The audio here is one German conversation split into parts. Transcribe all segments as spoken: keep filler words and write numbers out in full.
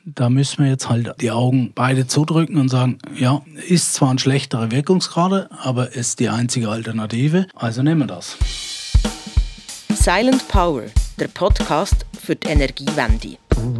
da müssen wir jetzt halt die Augen beide zudrücken und sagen, ja, ist zwar ein schlechterer Wirkungsgrad, aber ist die einzige Alternative, also nehmen wir das. Silent Power, der Podcast für die Energiewende.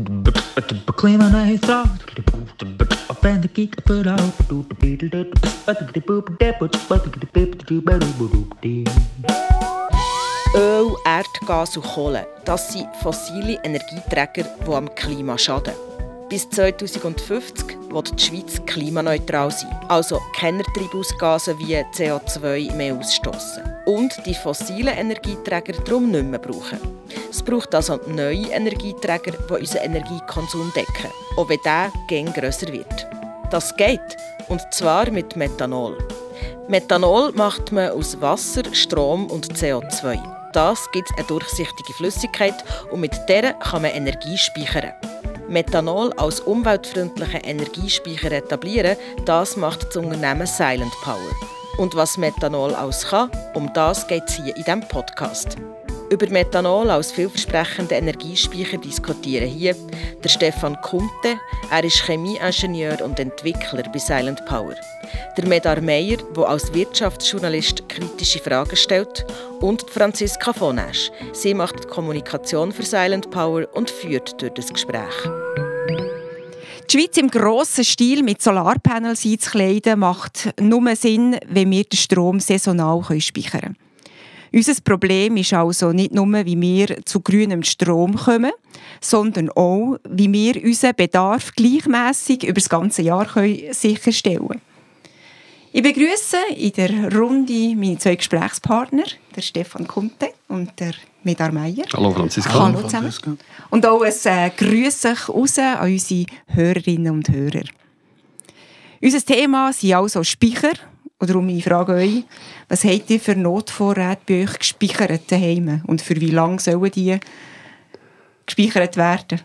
Öl, Erdgas und Kohle, das sind fossile Energieträger, die am Klima schaden. Bis zwanzig fünfzig will die Schweiz klimaneutral sein, also keine Treibhausgase wie C O zwei mehr ausstoßen. Und die fossilen Energieträger darum nicht mehr brauchen. Es braucht also neue Energieträger, die unseren Energiekonsum decken, auch wenn der gäng grösser wird. Das geht, und zwar mit Methanol. Methanol macht man aus Wasser, Strom und C O zwei. Das gibt eine durchsichtige Flüssigkeit und mit der kann man Energie speichern. Methanol als umweltfreundlichen Energiespeicher etablieren, das macht das Unternehmen Silent Power. Und was Methanol alles kann, um das geht es hier in diesem Podcast. Über Methanol als vielversprechenden Energiespeicher diskutieren hier der Stefan Kunte. Er ist Chemieingenieur und Entwickler bei Silent Power. Der Medar Meyer, der als Wirtschaftsjournalist kritische Fragen stellt. Und Franziska von Esch. Sie macht die Kommunikation für Silent Power und führt durch das Gespräch. Die Schweiz im grossen Stil mit Solarpanels einzukleiden, macht nur Sinn, wenn wir den Strom saisonal speichern können. Unser Problem ist also nicht nur, wie wir zu grünem Strom kommen, sondern auch, wie wir unseren Bedarf gleichmässig über das ganze Jahr sicherstellen können. Ich begrüße in der Runde meine zwei Gesprächspartner, der Stefan Kunte und der Medar Meyer. Hallo Franziska. Hallo zusammen. Und auch ein äh, Grüß euch raus an unsere Hörerinnen und Hörer. Unser Thema sind also Speicher. Und darum ich frage euch, was habt ihr für Notvorräte bei euch gespeichert daheim? Und für wie lange sollen die gespeichert werden?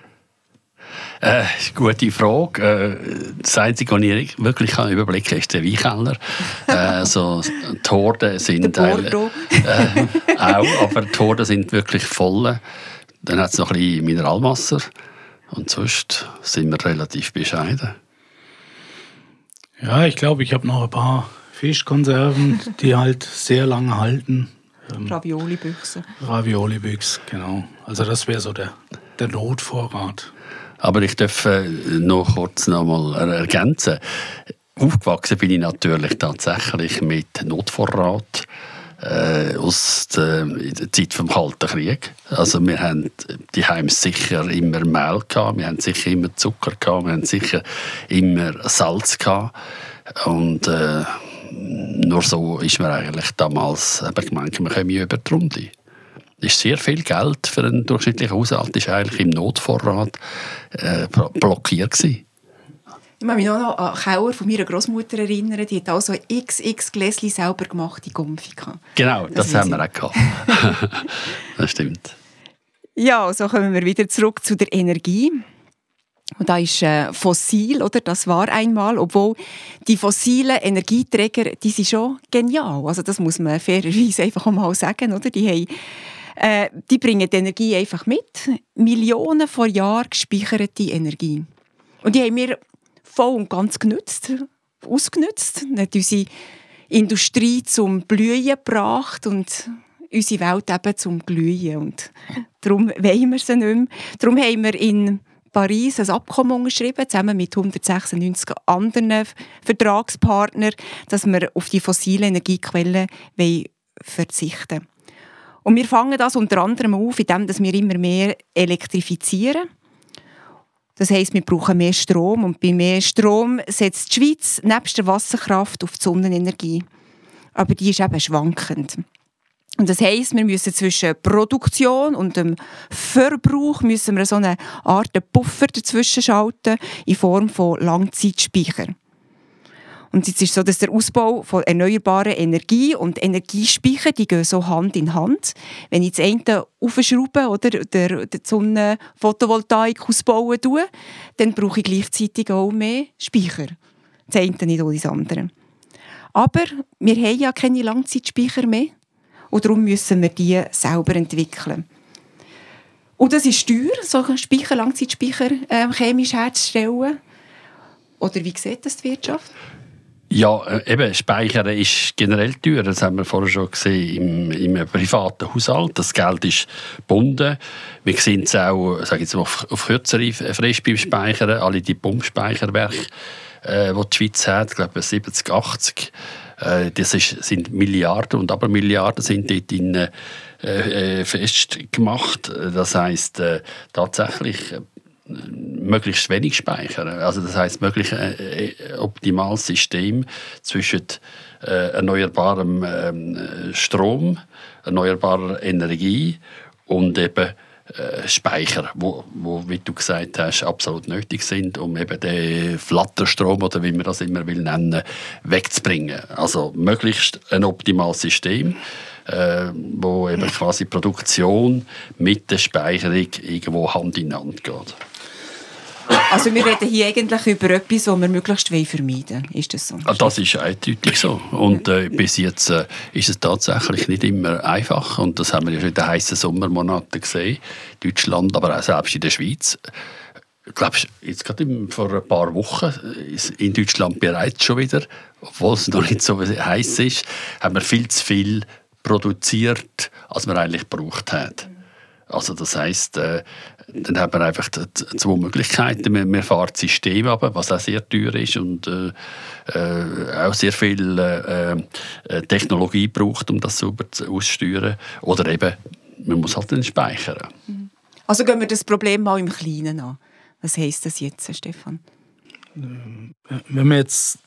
Äh, gute Frage. Äh, das Einzige, was ich wirklich überblicken kann, ist der Weinkeller. Äh, so, die Horden sind der Bordeaux. Äh, auch, aber die Horden sind wirklich voll. Dann hat es noch ein bisschen Mineralwasser. Und sonst sind wir relativ bescheiden. Ja, ich glaube, ich habe noch ein paar Fischkonserven, die halt sehr lange halten. Ähm, Ravioli-Büchse. Ravioli-Büchse, genau. Also das wäre so der, der Notvorrat. Aber ich darf äh, noch kurz noch mal ergänzen. Aufgewachsen bin ich natürlich tatsächlich mit Notvorrat äh, aus der, der Zeit vom Kalten Krieg. Also wir haben die Heim sicher immer Mehl gehabt, wir haben sicher immer Zucker gehabt, wir haben sicher immer Salz gehabt. Und äh, nur so ist man eigentlich damals gemeint, wir kommen über die Runde. Das ist sehr viel Geld für einen durchschnittlichen Haushalt, ist eigentlich im Notvorrat äh, blockiert gewesen. Ich kann mich noch an den Keller von meiner Großmutter erinnern. Die hat also x x Gläschen selber gemachte Gumpfi gehabt. Genau, das, das haben wir auch gehabt. Das stimmt. Ja, so kommen wir wieder zurück zu der Energie. Und da ist äh, fossil, oder? Das war einmal. Obwohl die fossilen Energieträger, die sind schon genial. Also das muss man fairerweise einfach mal sagen, oder? Die haben Äh, die bringen die Energie einfach mit. Millionen von Jahren gespeicherte Energie. Und die haben wir voll und ganz genutzt, ausgenutzt. Die hat unsere Industrie zum Blühen gebracht und unsere Welt eben zum Glühen. Und darum wollen wir sie nicht mehr. Darum haben wir in Paris ein Abkommen unterschrieben, zusammen mit hundertsechsundneunzig anderen Vertragspartnern, dass wir auf die fossilen Energiequellen verzichten wollen. Und wir fangen das unter anderem auf, indem wir immer mehr elektrifizieren. Das heisst, wir brauchen mehr Strom. Und bei mehr Strom setzt die Schweiz nebst der Wasserkraft auf die Sonnenenergie. Aber die ist eben schwankend. Und das heisst, wir müssen zwischen Produktion und dem Verbrauch müssen wir so eine Art Puffer dazwischen schalten in Form von Langzeitspeichern. Und jetzt ist es so, dass der Ausbau von erneuerbaren Energie und Energiespeicher, die gehen so Hand in Hand. Wenn ich das eine aufschraube oder der, der Sonnenphotovoltaik ausbauen tue, dann brauche ich gleichzeitig auch mehr Speicher. Das eine nicht ohne das andere. Aber wir haben ja keine Langzeitspeicher mehr und darum müssen wir die selber entwickeln. Und das ist teuer, so einen Speicher, Langzeitspeicher ähm, chemisch herzustellen? Oder wie sieht das die Wirtschaft? Ja, eben, Speichern ist generell teuer. Das haben wir vorher schon gesehen im, im privaten Haushalt. Das Geld ist gebunden. Wir sehen es auch, sage ich jetzt mal, auf, auf kürzere Frist beim Speichern. Alle die Pumpspeicherwerke, äh, die die Schweiz hat, ich glaube siebzig, achtzig. Äh, das ist, sind Milliarden und aber Milliarden sind dort in, äh, festgemacht. Das heisst, äh, tatsächlich äh, möglichst wenig speichern. Also das heisst, möglichst äh, optimales System zwischen äh, erneuerbarem äh, Strom, erneuerbarer Energie und eben äh, Speicher, wo, wo, wie du gesagt hast, absolut nötig sind, um eben den Flatterstrom, oder wie man das immer will nennen, wegzubringen. Also möglichst ein optimales System, äh, wo eben quasi Produktion mit der Speicherung irgendwo Hand in Hand geht. Also wir reden hier eigentlich über etwas, das wir möglichst vermeiden wollen. Ist das so? Das ist eindeutig so. Und äh, bis jetzt äh, ist es tatsächlich nicht immer einfach. Und das haben wir ja schon in den heißen Sommermonaten gesehen. In Deutschland, aber auch selbst in der Schweiz. Ich glaube, jetzt gerade vor ein paar Wochen ist in Deutschland bereits schon wieder, obwohl es noch nicht so heiß ist, haben wir viel zu viel produziert, als wir eigentlich gebraucht haben. Also das heisst, äh, dann haben wir einfach zwei Möglichkeiten. Wir, wir fahren das System runter, was auch sehr teuer ist und äh, äh, auch sehr viel äh, äh, Technologie braucht, um das sauber auszusteuern. Oder eben, man muss halt dann speichern. Also gehen wir das Problem mal im Kleinen an. Was heisst das jetzt, Stefan? Wenn wir jetzt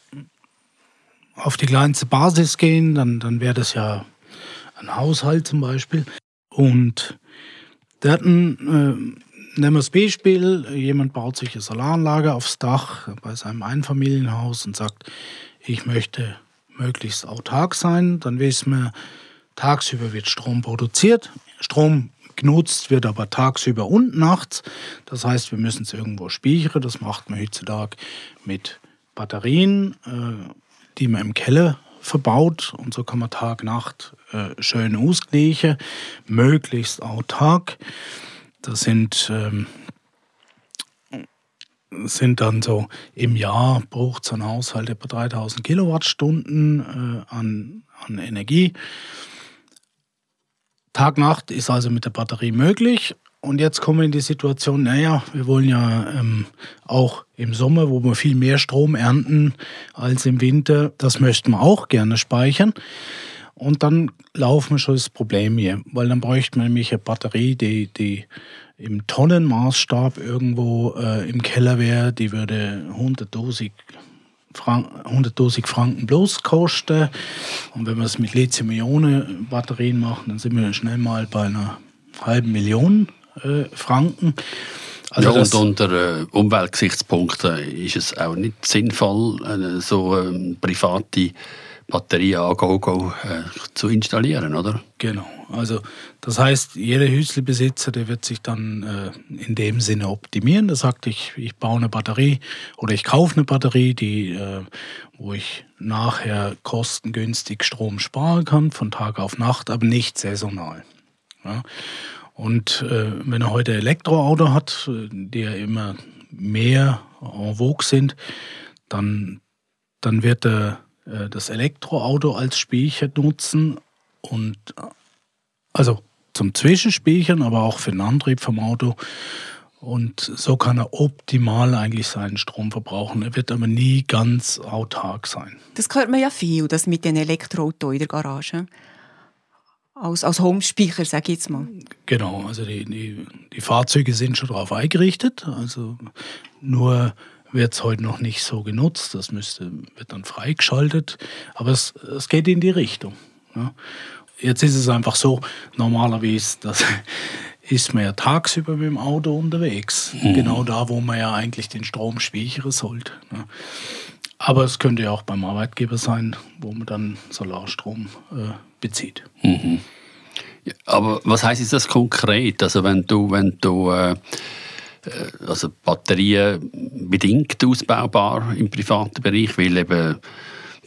auf die kleinste Basis gehen, dann, dann wäre das ja ein Haushalt zum Beispiel. Und da hatten, äh, nehmen wir das Beispiel, jemand baut sich eine Solaranlage aufs Dach bei seinem Einfamilienhaus und sagt, ich möchte möglichst autark sein. Dann wissen wir, tagsüber wird Strom produziert, Strom genutzt wird aber tagsüber und nachts. Das heißt, wir müssen es irgendwo speichern. Das macht man heutzutage mit Batterien, äh, die man im Keller verbaut. Und so kann man Tag, Nacht äh, schön ausgleichen, möglichst autark. Das sind, ähm, sind dann so, im Jahr braucht so ein Haushalt etwa dreitausend Kilowattstunden äh, an, an Energie. Tag, Nacht ist also mit der Batterie möglich. Und jetzt kommen wir in die Situation, naja, wir wollen ja ähm, auch im Sommer, wo wir viel mehr Strom ernten als im Winter, das möchten wir auch gerne speichern. Und dann laufen wir schon das Problem hier, weil dann bräuchten wir nämlich eine Batterie, die, die im Tonnenmaßstab irgendwo äh, im Keller wäre, die würde hunderttausend Franken bloß kosten. Und wenn wir es mit Lithium-Ionen-Batterien machen, dann sind wir schnell mal bei einer halben Million äh, Franken. Also ja, das, und unter äh, Umweltgesichtspunkten ist es auch nicht sinnvoll, äh, so äh, private Batterien an Go-Go äh, zu installieren, oder? Genau. Also das heißt, jeder Häuslebesitzer, der wird sich dann äh, in dem Sinne optimieren. Der sagt, ich, ich baue eine Batterie oder ich kaufe eine Batterie, die, äh, wo ich nachher kostengünstig Strom sparen kann, von Tag auf Nacht, aber nicht saisonal. Ja? Und äh, wenn er heute Elektroauto hat, die ja immer mehr en vogue sind, dann, dann wird er äh, das Elektroauto als Speicher nutzen und also zum Zwischenspeichern, aber auch für den Antrieb vom Auto. Und so kann er optimal eigentlich seinen Strom verbrauchen. Er wird aber nie ganz autark sein. Das hört man ja viel, das mit den Elektroautos in der Garage. Als, als Homespeicher, sage ich jetzt mal. Genau, also die, die, die Fahrzeuge sind schon darauf eingerichtet. Also nur wird es heute noch nicht so genutzt. Das müsste, wird dann freigeschaltet. Aber es, es geht in die Richtung. Ja. Jetzt ist es einfach so, normalerweise das ist man ja tagsüber mit dem Auto unterwegs. Mhm. Genau da, wo man ja eigentlich den Strom speichern sollte. Ja. Aber es könnte ja auch beim Arbeitgeber sein, wo man dann Solarstrom äh, bezieht. Mhm. Ja, aber was heisst das konkret? Also wenn du, wenn du äh, also Batterien bedingt ausbaubar im privaten Bereich, weil eben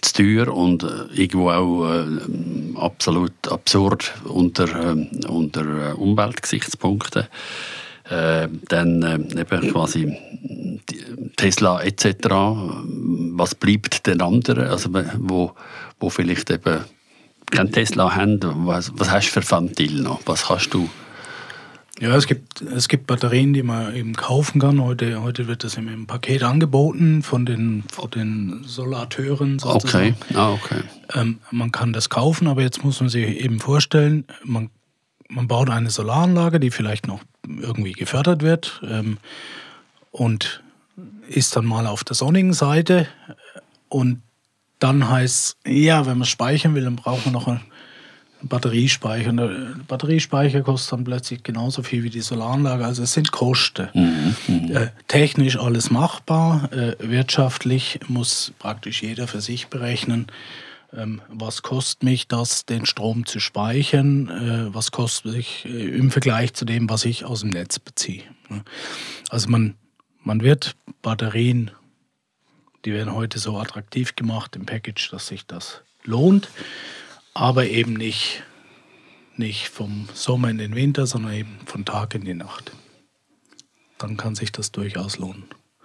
zu teuer und äh, irgendwo auch äh, absolut absurd unter, äh, unter äh, Umweltgesichtspunkten. Äh, dann äh, eben quasi Tesla et cetera. Was bleibt den anderen? Also, wo, wo vielleicht eben kein Tesla haben, was, was hast du für Ventil noch? Was kannst du? Ja, es gibt, es gibt Batterien, die man eben kaufen kann. Heute, heute wird das im Paket angeboten von den, von den Solateuren sozusagen. Okay, ah, okay. Ähm, man kann das kaufen, aber jetzt muss man sich eben vorstellen, man, man baut eine Solaranlage, die vielleicht noch irgendwie gefördert wird ähm, und ist dann mal auf der sonnigen Seite. Und dann heißt es, ja, wenn man speichern will, dann braucht man noch einen Batteriespeicher. Und der Batteriespeicher kostet dann plötzlich genauso viel wie die Solaranlage. Also es sind Kosten. Mhm, äh, technisch alles machbar. Äh, wirtschaftlich muss praktisch jeder für sich berechnen, ähm, was kostet mich das, den Strom zu speichern, äh, was kostet mich äh, im Vergleich zu dem, was ich aus dem Netz beziehe. Also man, man wird Batterien, die werden heute so attraktiv gemacht im Package, dass sich das lohnt. Aber eben nicht, nicht vom Sommer in den Winter, sondern eben von Tag in die Nacht. Dann kann sich das durchaus lohnen.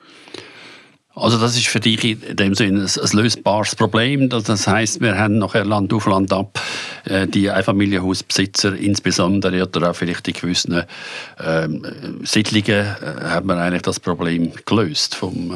Also das ist für dich in dem Sinne ein, ein lösbares Problem. Das heisst, wir haben nachher Land auf Land ab die Einfamilienhausbesitzer insbesondere oder auch vielleicht in gewissen ähm, Siedlungen äh, hat man eigentlich das Problem gelöst. Vom,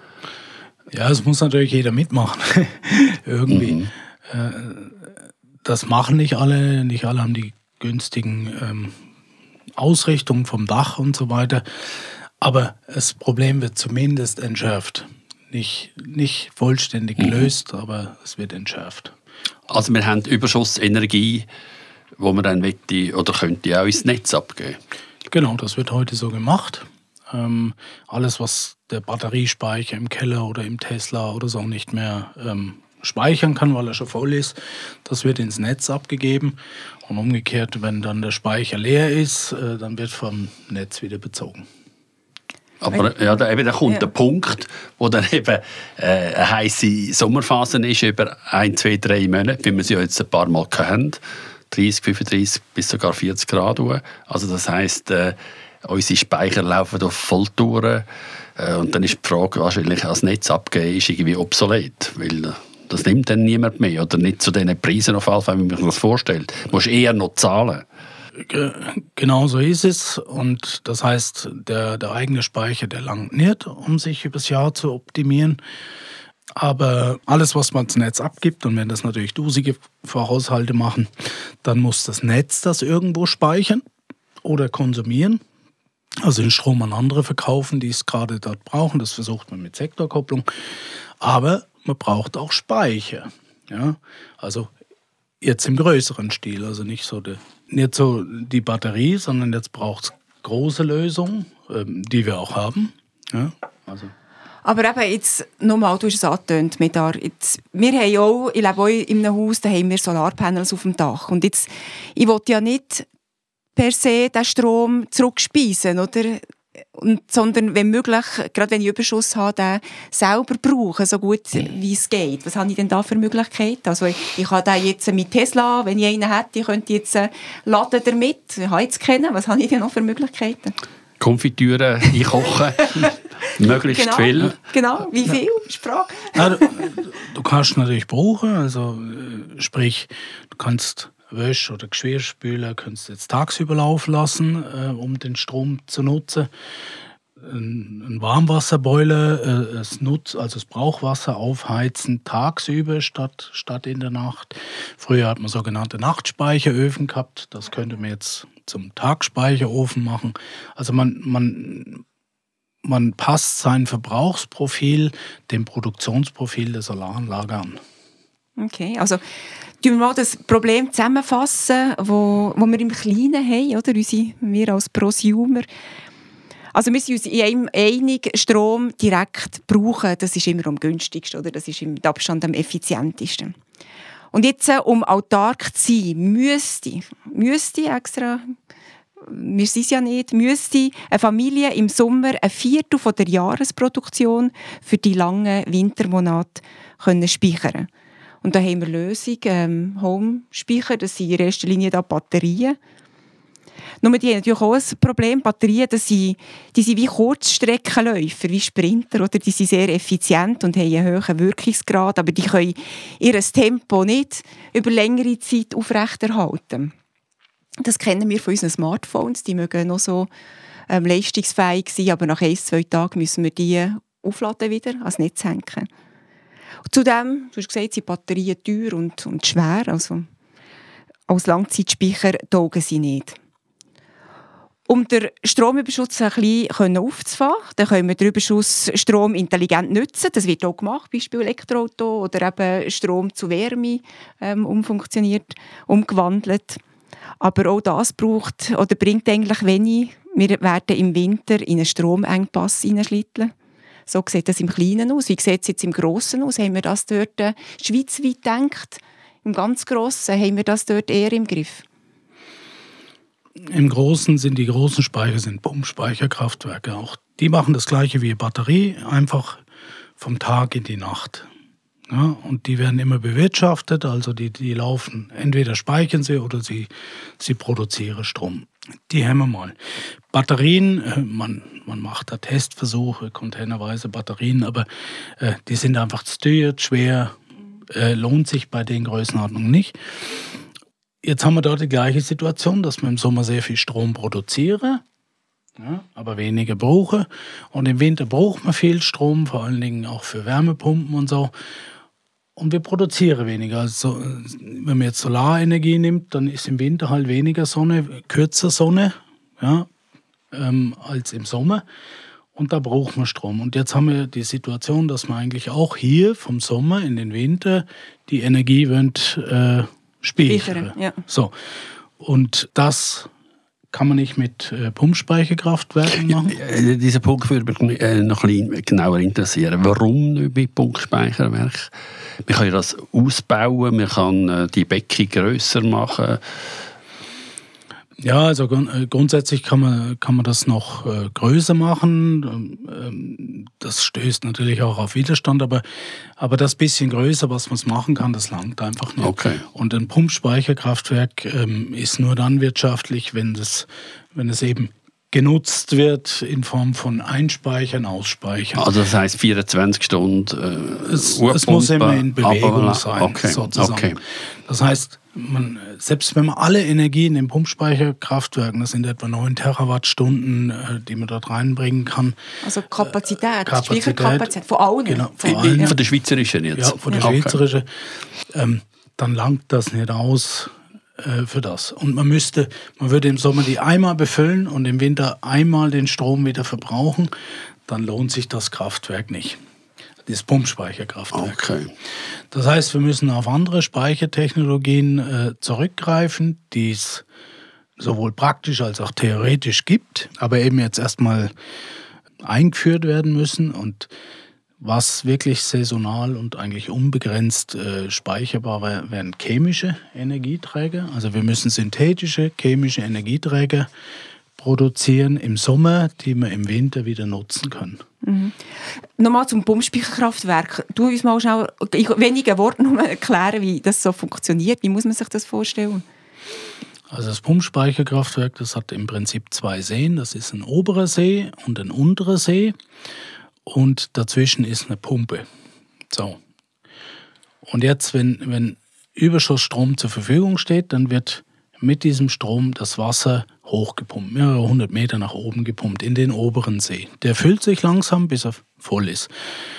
äh ja, es muss natürlich jeder mitmachen. Irgendwie. Mhm. Äh, Das machen nicht alle, nicht alle haben die günstigen ähm, Ausrichtungen vom Dach und so weiter. Aber das Problem wird zumindest entschärft. Nicht, nicht vollständig gelöst, mhm. aber es wird entschärft. Also wir haben Überschussenergie, wo man dann möchte oder könnte auch ins Netz abgeben. Genau, das wird heute so gemacht. Ähm, alles, was der Batteriespeicher im Keller oder im Tesla oder so nicht mehr ähm, speichern kann, weil er schon voll ist, das wird ins Netz abgegeben. Und umgekehrt, wenn dann der Speicher leer ist, äh, dann wird vom Netz wieder bezogen. Aber ja, da, eben, da kommt ja. der Punkt, wo dann eben äh, eine heisse Sommerphase ist, über ein, zwei, drei Monate, wie wir sie ja jetzt ein paar Mal kennen, dreißig, fünfunddreißig bis sogar vierzig Grad. Also das heisst, äh, unsere Speicher laufen auf Volltouren äh, und dann ist die Frage, wahrscheinlich als Netz abgeben, ist irgendwie obsolet, weil das nimmt dann niemand mehr oder nicht zu diesen Preisen auf jeden Fall, wie man sich das vorstellt. Du musst eher noch zahlen. Genau so ist es. Und das heißt, der, der eigene Speicher, der langt nicht, um sich übers Jahr zu optimieren. Aber alles, was man ins Netz abgibt, und wenn das natürlich dusige Haushalte machen, dann muss das Netz das irgendwo speichern oder konsumieren. Also den Strom an andere verkaufen, die es gerade dort brauchen. Das versucht man mit Sektorkopplung. Aber man braucht auch Speicher. Ja? Also jetzt im größeren Stil. Also nicht so, die, nicht so die Batterie, sondern jetzt braucht es große Lösungen, ähm, die wir auch haben. Ja? Also. Aber eben jetzt, nochmal, du hast es angetönt, Medar, jetzt, wir haben ja auch, ich lebe auch in einem Haus, da haben wir Solarpanels auf dem Dach. Und jetzt, ich will ja nicht per se den Strom zurückspeisen, oder? Und, sondern wenn möglich, gerade wenn ich Überschuss habe, den selber brauchen, so gut wie es geht. Was habe ich denn da für Möglichkeiten? Also ich, ich kann den jetzt mit Tesla, wenn ich einen hätte, ich könnte jetzt äh, laden damit. Ich habe jetzt keinen. Was habe ich denn noch für Möglichkeiten? Konfitüre einkochen, möglichst genau, viel. Genau, wie viel ist die Frage? Ja, du, du kannst natürlich brauchen, also sprich, du kannst Wäsche oder Geschirrspüler kannst du jetzt tagsüber laufen lassen, äh, um den Strom zu nutzen. Ein, ein Warmwasserboiler, äh, das Nutz, also das Brauchwasser aufheizen tagsüber statt, statt in der Nacht. Früher hat man sogenannte Nachtspeicheröfen gehabt, das könnte man jetzt zum Tagspeicherofen machen. Also man, man, man passt sein Verbrauchsprofil dem Produktionsprofil der Solaranlage an. Okay, also tun wir mal das Problem zusammenfassen, wo, wo wir im Kleinen haben, oder? Unsere, wir als Prosumer. Also wir sind uns in einem einig, Strom direkt brauchen, das ist immer am günstigsten, oder? Das ist im Abstand am effizientesten. Und jetzt, um autark zu sein, müsste, müsste extra, wir sind es ja nicht, müsste eine Familie im Sommer ein Viertel von der Jahresproduktion für die langen Wintermonate können speichern. Und da haben wir Lösungen, ähm, Home-Speicher, das sind in erster Linie da Batterien. Nur die haben natürlich auch ein Problem. Batterien, das sind, die sind wie Kurzstreckenläufer, wie Sprinter. Oder? Die sind sehr effizient und haben einen hohen Wirkungsgrad, aber die können ihr Tempo nicht über längere Zeit aufrechterhalten. Das kennen wir von unseren Smartphones. Die mögen noch so ähm, leistungsfähig sein, aber nach ein, zwei Tagen müssen wir die aufladen wieder, ans Netz hängen. Und zudem, du hast gesagt, sind Batterien teuer und, und schwer. Also als Langzeitspeicher taugen sie nicht. Um den Stromüberschuss ein bisschen aufzufangen, dann können wir den Überschuss Strom intelligent nutzen. Das wird auch gemacht, Beispiel Elektroauto oder eben Strom zu Wärme ähm, umfunktioniert, umgewandelt. Aber auch das braucht oder bringt eigentlich wenig. Wir werden im Winter in einen Stromengpass hineinschlitteln. So sieht das im Kleinen aus. Wie sieht es jetzt im Grossen aus? Haben wir das dort äh, schweizweit gedacht? Im ganz Grossen haben wir das dort eher im Griff? Im Großen sind die großen Speicher sind Pumpspeicherkraftwerke. Auch die machen das Gleiche wie Batterie, einfach vom Tag in die Nacht. Ja, und die werden immer bewirtschaftet, also die, die laufen, entweder speichern sie oder sie, sie produzieren Strom. Die haben wir mal. Batterien, äh, man, man macht da Testversuche, containerweise Batterien, aber äh, die sind einfach zu teuer, schwer, äh, lohnt sich bei den Größenordnungen nicht. Jetzt haben wir dort die gleiche Situation, dass wir im Sommer sehr viel Strom produzieren, ja, aber weniger brauchen. Und im Winter braucht man viel Strom, vor allen Dingen auch für Wärmepumpen und so. Und wir produzieren weniger. Also, wenn man jetzt Solarenergie nimmt, dann ist im Winter halt weniger Sonne, kürzer Sonne, ja, ähm, als im Sommer. Und da braucht man Strom. Und jetzt haben wir die Situation, dass man eigentlich auch hier vom Sommer in den Winter die Energie wollt, äh, speichern. Ja. So. Und das kann man nicht mit äh, Pumpspeicherkraftwerken machen. Ja, dieser Punkt würde mich äh, noch ein bisschen genauer interessieren. Warum nicht mit Pumpspeicherwerken? Man kann das ausbauen, man kann äh, die Becken grösser machen. Ja, also grund- grundsätzlich kann man, kann man das noch äh, größer machen. Ähm, das stößt natürlich auch auf Widerstand, aber, aber das bisschen größer, was man machen kann, das langt einfach nicht. Okay. Und ein Pumpspeicherkraftwerk ähm, ist nur dann wirtschaftlich, wenn, das, wenn es eben genutzt wird in Form von Einspeichern, Ausspeichern. Also das heisst vierundzwanzig Stunden äh, es, es muss immer in Bewegung sein, okay. sozusagen. Okay. Das heißt, man, selbst wenn man alle Energien in Pumpspeicherkraftwerken, das sind etwa neun Terawattstunden, die man dort reinbringen kann. Also Kapazität, Kapazität Speicherkapazität von allen. Genau, von von, Von, allen. von der schweizerischen jetzt? Ja, von der okay. schweizerischen. Ähm, dann langt das nicht aus äh, für das. Und man müsste, man würde im Sommer die einmal befüllen und im Winter einmal den Strom wieder verbrauchen, dann lohnt sich das Kraftwerk nicht. Das Pumpspeicherkraftwerk. Okay. Das heißt, wir müssen auf andere Speichertechnologien äh, zurückgreifen, die es sowohl praktisch als auch theoretisch gibt, aber eben jetzt erstmal eingeführt werden müssen. Und was wirklich saisonal und eigentlich unbegrenzt äh, speicherbar wäre, wären chemische Energieträger. Also wir müssen synthetische chemische Energieträger produzieren im Sommer, die wir im Winter wieder nutzen können. Mhm. Nochmal zum Pumpspeicherkraftwerk. Du uns mal schnell in wenigen Worten erklären, wie das so funktioniert. Wie muss man sich das vorstellen? Also das Pumpspeicherkraftwerk, das hat im Prinzip zwei Seen. Das ist ein oberer See und ein unterer See. Und dazwischen ist eine Pumpe. So. Und jetzt, wenn, wenn Überschussstrom zur Verfügung steht, dann wird mit diesem Strom das Wasser hochgepumpt, mehrere hundert Meter nach oben gepumpt, in den oberen See. Der füllt sich langsam, bis er voll ist.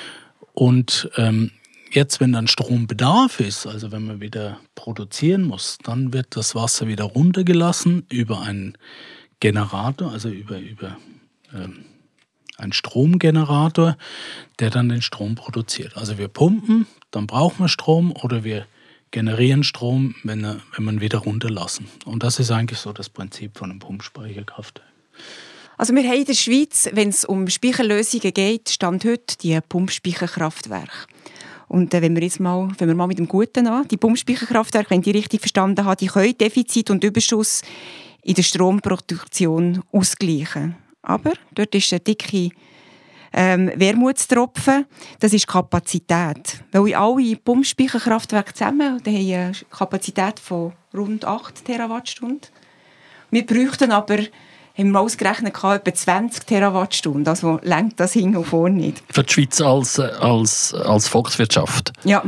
Und ähm, jetzt, wenn dann Strombedarf ist, also wenn man wieder produzieren muss, dann wird das Wasser wieder runtergelassen über einen Generator, also über, über ähm, einen Stromgenerator, der dann den Strom produziert. Also wir pumpen, dann brauchen wir Strom oder wir generieren Strom, wenn, er, wenn man wieder runterlassen. Und das ist eigentlich so das Prinzip von einem Pumpspeicherkraftwerk. Also wir haben in der Schweiz, wenn es um Speicherlösungen geht, stand heute die Pumpspeicherkraftwerke. Und äh, wenn wir jetzt mal, wenn wir mal mit dem Guten an, die Pumpspeicherkraftwerke, wenn ich die richtig verstanden habe, die können Defizit und Überschuss in der Stromproduktion ausgleichen. Aber dort ist eine dicke ähm, Wermutstropfen, das ist die Kapazität. Weil alle Pumpspeicherkraftwerke zusammen die haben eine Kapazität von rund acht Terawattstunden. Wir bräuchten aber, haben wir ausgerechnet, etwa zwanzig Terawattstunden. Also reicht das hin und vor nicht. Für die Schweiz als, als, als Volkswirtschaft? Ja.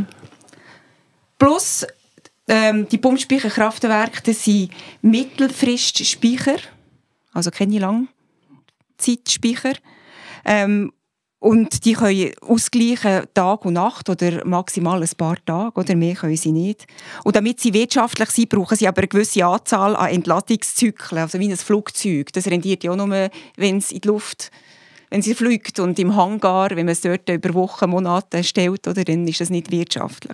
Plus, ähm, die Pumpspeicherkraftwerke, das sind Mittelfristspeicher, also keine Langzeitspeicher. Ähm, und die können ausgleichen Tag und Nacht oder maximal ein paar Tage oder mehr können sie nicht. Und damit sie wirtschaftlich sind, brauchen sie aber eine gewisse Anzahl an Entladungszyklen, also wie ein Flugzeug. Das rendiert ja auch nur, wenn es in die Luft, wenn sie fliegt und im Hangar, wenn man es dort über Wochen, Monate stellt, oder, dann ist das nicht wirtschaftlich.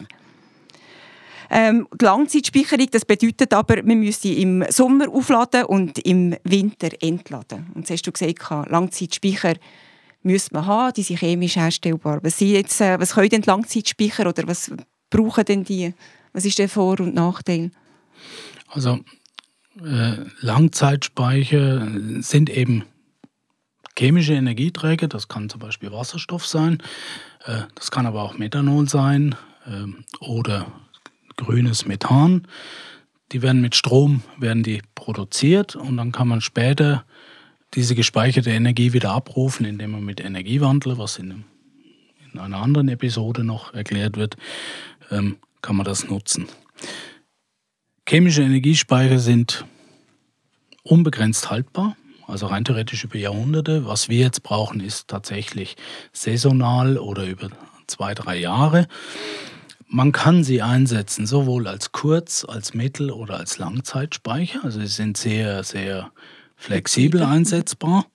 Ähm, die Langzeitspeicherung, das bedeutet aber, man müsste im Sommer aufladen und im Winter entladen. Und das hast du gesagt, Langzeitspeicher müsste man haben, die sind chemisch herstellbar. Was, sind jetzt, äh, was können denn die Langzeitspeicher oder was brauchen denn die? Was ist der Vor- und Nachteil? Also äh, Langzeitspeicher sind eben chemische Energieträger, das kann zum Beispiel Wasserstoff sein, äh, das kann aber auch Methanol sein äh, oder grünes Methan. Die werden mit Strom werden die produziert und dann kann man später diese gespeicherte Energie wieder abrufen, indem man mit Energiewandler, was in, einem, in einer anderen Episode noch erklärt wird, ähm, kann man das nutzen. Chemische Energiespeicher sind unbegrenzt haltbar, also rein theoretisch über Jahrhunderte. Was wir jetzt brauchen, ist tatsächlich saisonal oder über zwei, drei Jahre. Man kann sie einsetzen, sowohl als Kurz-, als Mittel- oder als Langzeitspeicher. Also sie sind sehr, sehr flexibel einsetzbar.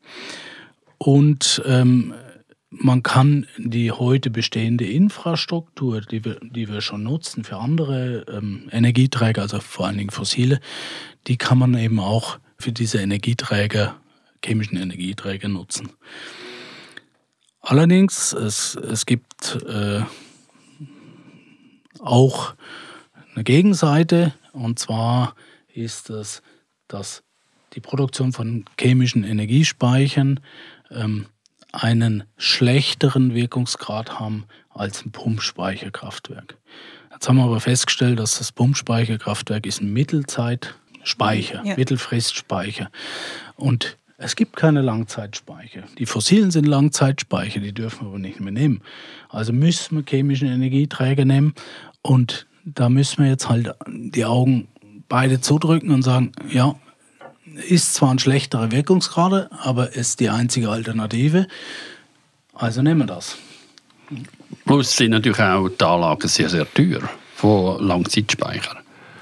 Und ähm, man kann die heute bestehende Infrastruktur, die wir, die wir schon nutzen für andere ähm, Energieträger, also vor allen Dingen fossile, die kann man eben auch für diese Energieträger, chemischen Energieträger nutzen. Allerdings, es, es gibt äh, auch eine Gegenseite, und zwar ist es, dass die Produktion von chemischen Energiespeichern ähm, einen schlechteren Wirkungsgrad haben als ein Pumpspeicherkraftwerk. Jetzt haben wir aber festgestellt, dass das Pumpspeicherkraftwerk ist ein Mittelzeitspeicher, ja. Mittelfristspeicher. Und es gibt keine Langzeitspeicher. Die fossilen sind Langzeitspeicher, die dürfen wir aber nicht mehr nehmen. Also müssen wir chemische Energieträger nehmen und da müssen wir jetzt halt die Augen beide zudrücken und sagen, ja, ist zwar ein schlechterer Wirkungsgrad, aber ist die einzige Alternative. Also nehmen wir das. Plus sind natürlich auch die Anlagen sehr, sehr teuer von Langzeitspeichern.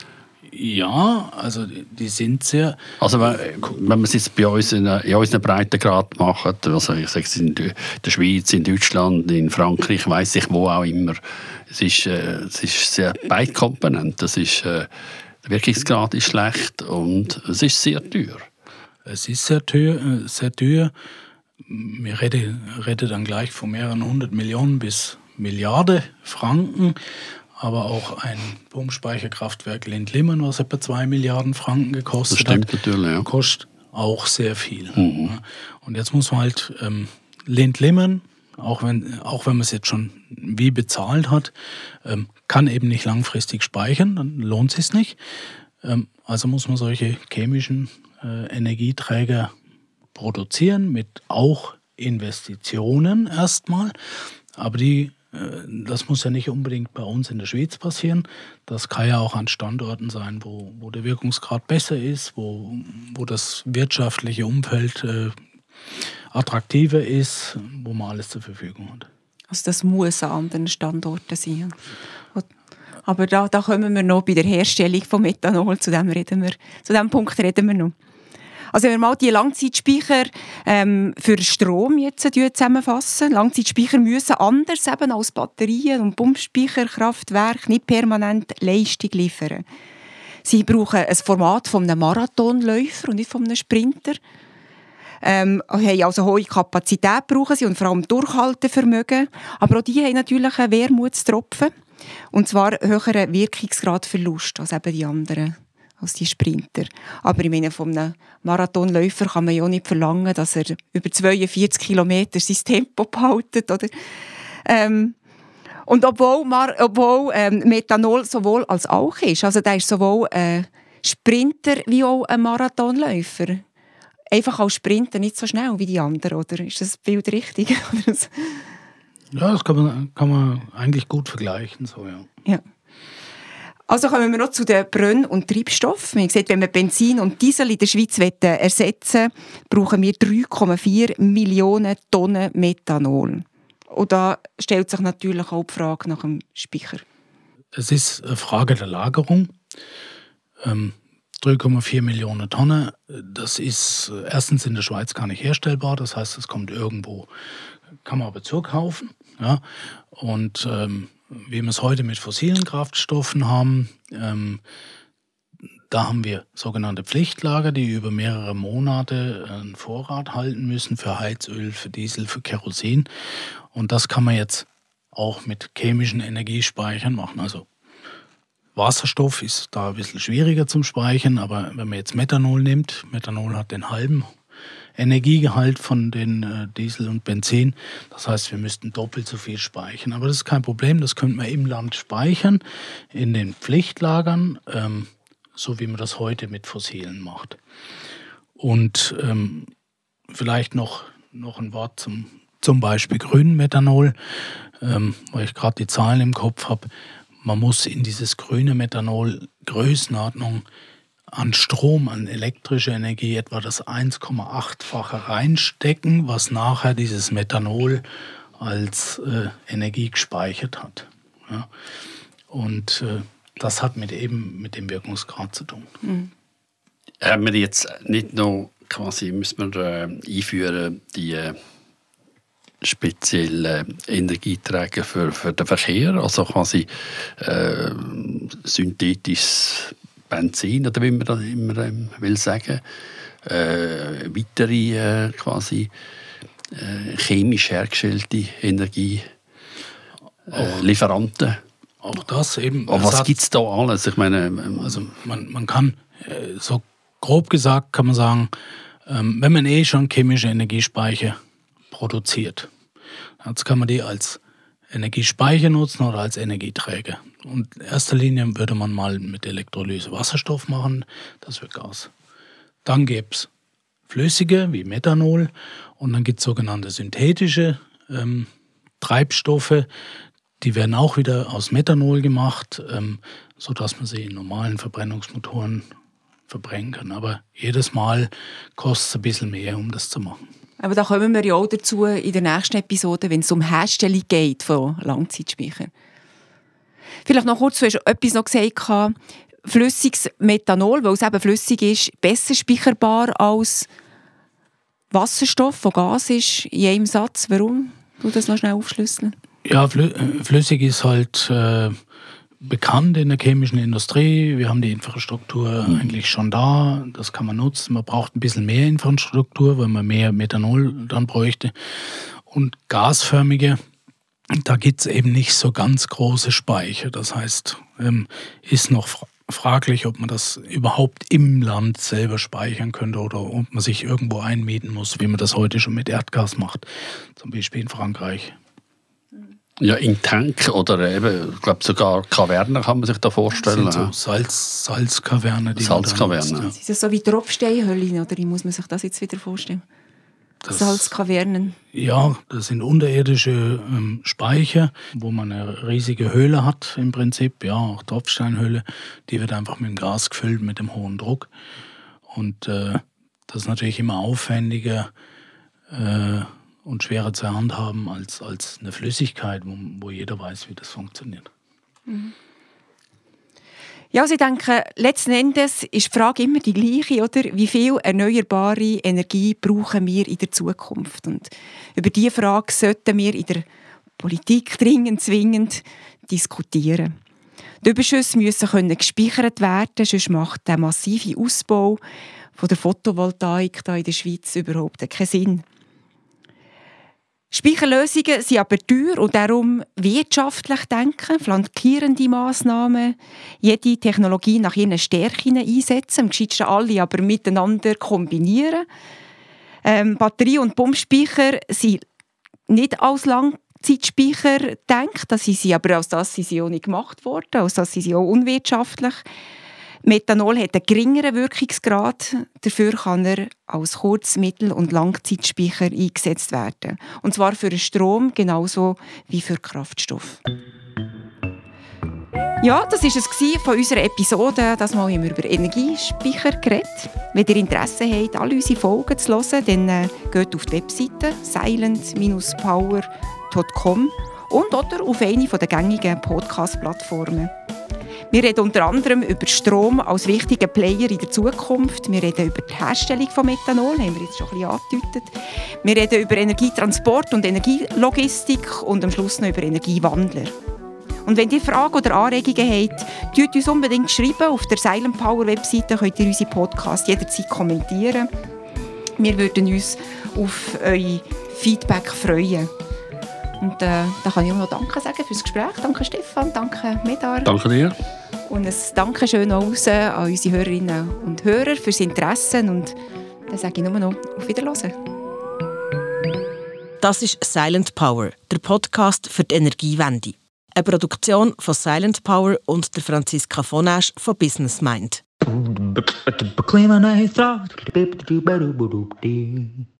Ja, also die sind sehr... Also wenn, wenn wir es jetzt bei uns in, in unseren Breitengrad machen, also ich sage es in der Schweiz, in Deutschland, in Frankreich, weiss ich wo auch immer, es ist, äh, es ist sehr beidkomponent. Das ist, äh, der Wirkungsgrad ist schlecht und es ist sehr teuer. Es ist sehr teuer. Sehr teuer. Wir reden, reden dann gleich von mehreren hundert Millionen bis Milliarden Franken. Aber auch ein Pumpspeicherkraftwerk Lindlimmern, was etwa zwei Milliarden Franken gekostet das stimmt hat, natürlich, ja. kostet auch sehr viel. Mhm. Und jetzt muss man halt ähm, Lindlimmern, auch wenn, auch wenn man es jetzt schon wie bezahlt hat, ähm, kann eben nicht langfristig speichern, dann lohnt es sich nicht. Ähm, also muss man solche chemischen äh, Energieträger produzieren mit auch Investitionen erstmal, aber die das muss ja nicht unbedingt bei uns in der Schweiz passieren. Das kann ja auch an Standorten sein, wo, wo der Wirkungsgrad besser ist, wo, wo das wirtschaftliche Umfeld äh, attraktiver ist, wo man alles zur Verfügung hat. Also das muss an anderen Standorten sein. Aber da, da kommen wir noch bei der Herstellung von Methanol, zu dem, reden wir, zu dem Punkt reden wir noch. Also wenn wir mal die Langzeitspeicher ähm, für Strom jetzt zusammenfassen. Langzeitspeicher müssen anders eben als Batterien und Pumpspeicherkraftwerke nicht permanent Leistung liefern. Sie brauchen ein Format von einem Marathonläufer und nicht von einem Sprinter. Ähm, haben also hohe Kapazität brauchen sie und vor allem Durchhaltevermögen. Aber auch die haben natürlich einen Wermutstropfen. Und zwar höheren Wirkungsgradverlust als eben die anderen. als die Sprinter. Aber ich meine, von einem Marathonläufer kann man ja auch nicht verlangen, dass er über zweiundvierzig Kilometer sein Tempo behaltet, oder? Ähm, und obwohl, obwohl ähm, Methanol sowohl als auch ist, also der ist sowohl ein Sprinter wie auch ein Marathonläufer. Einfach als Sprinter nicht so schnell wie die anderen, oder? Ist das Bild richtig? Ja, das kann man, kann man eigentlich gut vergleichen. So, ja. Ja. Also kommen wir noch zu den Brenn- und Treibstoffen. Wir haben gesagt, wenn wir Benzin und Diesel in der Schweiz ersetzen wollen, brauchen wir drei Komma vier Millionen Tonnen Methanol. Und da stellt sich natürlich auch die Frage nach dem Speicher. Es ist eine Frage der Lagerung. Ähm, drei Komma vier Millionen Tonnen, das ist erstens in der Schweiz gar nicht herstellbar. Das heißt, es kommt irgendwo, kann man aber zukaufen. Ja? Und ähm, wie wir es heute mit fossilen Kraftstoffen haben, ähm, da haben wir sogenannte Pflichtlager, die über mehrere Monate einen Vorrat halten müssen für Heizöl, für Diesel, für Kerosin. Und das kann man jetzt auch mit chemischen Energiespeichern machen. Also Wasserstoff ist da ein bisschen schwieriger zum Speichern, aber wenn man jetzt Methanol nimmt, Methanol hat den halben Energiegehalt von den äh, Diesel und Benzin. Das heißt, wir müssten doppelt so viel speichern. Aber das ist kein Problem, das könnte man im Land speichern, in den Pflichtlagern, ähm, so wie man das heute mit Fossilen macht. Und ähm, vielleicht noch, noch ein Wort zum, zum Beispiel grünen Methanol, ähm, weil ich gerade die Zahlen im Kopf habe. Man muss in dieses grüne Methanol Größenordnung an Strom, an elektrische Energie etwa das eins Komma acht-fache reinstecken, was nachher dieses Methanol als äh, Energie gespeichert hat. Ja. Und äh, das hat mit eben mit dem Wirkungsgrad zu tun. Mhm. Haben wir jetzt nicht noch quasi, müssen wir äh, einführen, die äh, speziellen Energieträger für, für den Verkehr, also quasi äh, synthetisches Benzin, oder wie man das immer ähm, will sagen, äh, weitere äh, quasi äh, chemisch hergestellte Energielieferanten. Äh, auch das eben. Aber was gibt es da alles? Ich meine, ähm, also man, man kann, äh, so grob gesagt, kann man sagen, ähm, wenn man eh schon chemische Energiespeicher produziert, jetzt kann man die als Energiespeicher nutzen oder als Energieträger. Und in erster Linie würde man mal mit Elektrolyse Wasserstoff machen, das wird Gas. Dann gäbe es flüssige wie Methanol und dann gibt es sogenannte synthetische ähm, Treibstoffe, die werden auch wieder aus Methanol gemacht, ähm, sodass man sie in normalen Verbrennungsmotoren verbrennen kann. Aber jedes Mal kostet es ein bisschen mehr, um das zu machen. Aber da kommen wir ja auch dazu in der nächsten Episode, wenn es um Herstellung geht von Langzeitspeichern. Vielleicht noch kurz, du hast etwas noch gesagt, flüssiges Methanol, weil es eben flüssig ist, besser speicherbar als Wasserstoff, wo Gas ist, in einem Satz. Warum? Du das noch schnell aufschlüsseln. Ja, flü- flüssig ist halt äh, bekannt in der chemischen Industrie. Wir haben die Infrastruktur mhm. eigentlich schon da. Das kann man nutzen. Man braucht ein bisschen mehr Infrastruktur, weil man mehr Methanol dann bräuchte. Und gasförmige, da gibt es eben nicht so ganz große Speicher. Das heißt, ähm, ist noch fra- fraglich, ob man das überhaupt im Land selber speichern könnte oder ob man sich irgendwo einmieten muss, wie man das heute schon mit Erdgas macht. Zum Beispiel in Frankreich. Ja, in Tank oder eben, ich glaube sogar Kavernen kann man sich da vorstellen. Das sind so Salz, Salzkaverne. Die Salzkaverne. Ja. Sind das so wie Tropfsteinhöhlen oder wie muss man sich das jetzt wieder vorstellen? Das, Salzkavernen. Ja, das sind unterirdische ähm, Speicher, wo man eine riesige Höhle hat im Prinzip. Ja, auch Tropfsteinhöhle. Die wird einfach mit dem Gas gefüllt, mit dem hohen Druck. Und äh, das ist natürlich immer aufwendiger äh, und schwerer zu handhaben als, als eine Flüssigkeit, wo, wo jeder weiß, wie das funktioniert. Mhm. Ja, also ich denke, letzten Endes ist die Frage immer die gleiche, oder? Wie viel erneuerbare Energie brauchen wir in der Zukunft? Und über diese Frage sollten wir in der Politik dringend, zwingend diskutieren. Die Überschüsse müssen können gespeichert werden, sonst macht der massive Ausbau von der Photovoltaik da in der Schweiz überhaupt keinen Sinn. Speicherlösungen sind aber teuer und darum wirtschaftlich denken, flankierende Massnahmen, jede Technologie nach ihren Stärken einsetzen, am gescheitsten alle aber miteinander kombinieren. Ähm, Batterie- und Pumpspeicher sind nicht als Langzeitspeicher gedacht, das sind sie, aber als das sind sie auch nicht gemacht worden, als das sind sie auch unwirtschaftlich. Methanol hat einen geringeren Wirkungsgrad, dafür kann er als Kurz-, Mittel- und Langzeitspeicher eingesetzt werden. Und zwar für den Strom genauso wie für Kraftstoff. Ja, das war es von unserer Episode. Das Mal haben wir über Energiespeicher geredet. Wenn ihr Interesse habt, alle unsere Folgen zu hören, dann äh, geht auf die Webseite silent dash power dot com und oder auf eine der gängigen Podcast-Plattformen. Wir reden unter anderem über Strom als wichtigen Player in der Zukunft. Wir reden über die Herstellung von Methanol, haben wir jetzt schon ein bisschen angedeutet. Wir reden über Energietransport und Energielogistik und am Schluss noch über Energiewandler. Und wenn ihr Fragen oder Anregungen habt, schreibt uns unbedingt schreiben. Auf der Silent Power Webseite könnt ihr unsere Podcast jederzeit kommentieren. Wir würden uns auf euer Feedback freuen. Und äh, da kann ich auch noch Danke sagen für das Gespräch. Danke Stefan, danke Medar. Danke dir. Und ein Dankeschön auch raus an unsere Hörerinnen und Hörer fürs Interesse. Und dann sage ich nur noch auf Wiederhören. Das ist Silent Power, der Podcast für die Energiewende. Eine Produktion von Silent Power und der Franziska von Asch von Business Mind.